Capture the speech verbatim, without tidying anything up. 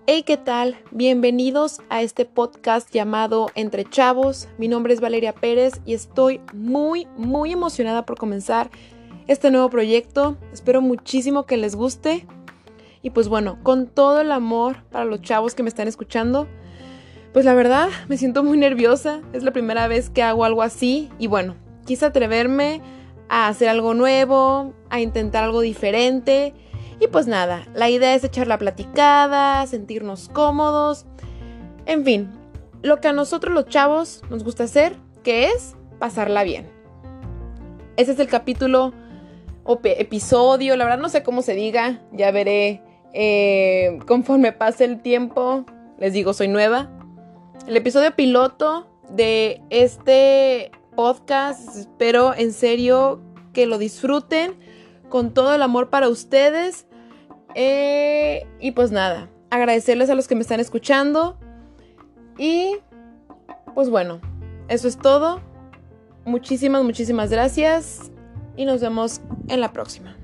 Hey, ¿qué tal? Bienvenidos a este podcast llamado Entre Chavos. Mi nombre es Valeria Pérez y estoy muy, muy emocionada por comenzar este nuevo proyecto. Espero muchísimo que les guste. Y pues bueno, con todo el amor para los chavos que me están escuchando, pues la verdad me siento muy nerviosa. Es la primera vez que hago algo así y bueno, quise atreverme a hacer algo nuevo, a intentar algo diferente. Y pues nada, la idea es echar la platicada, sentirnos cómodos, en fin, lo que a nosotros los chavos nos gusta hacer, que es pasarla bien. Ese es el capítulo o pe- episodio, la verdad no sé cómo se diga, ya veré eh, conforme pase el tiempo. Les digo, soy nueva. El episodio piloto de este podcast, espero en serio que lo disfruten con todo el amor para ustedes. Eh, y pues nada, agradecerles a los que me están escuchando. Y pues bueno, eso es todo. Muchísimas, muchísimas gracias. Y nos vemos en la próxima.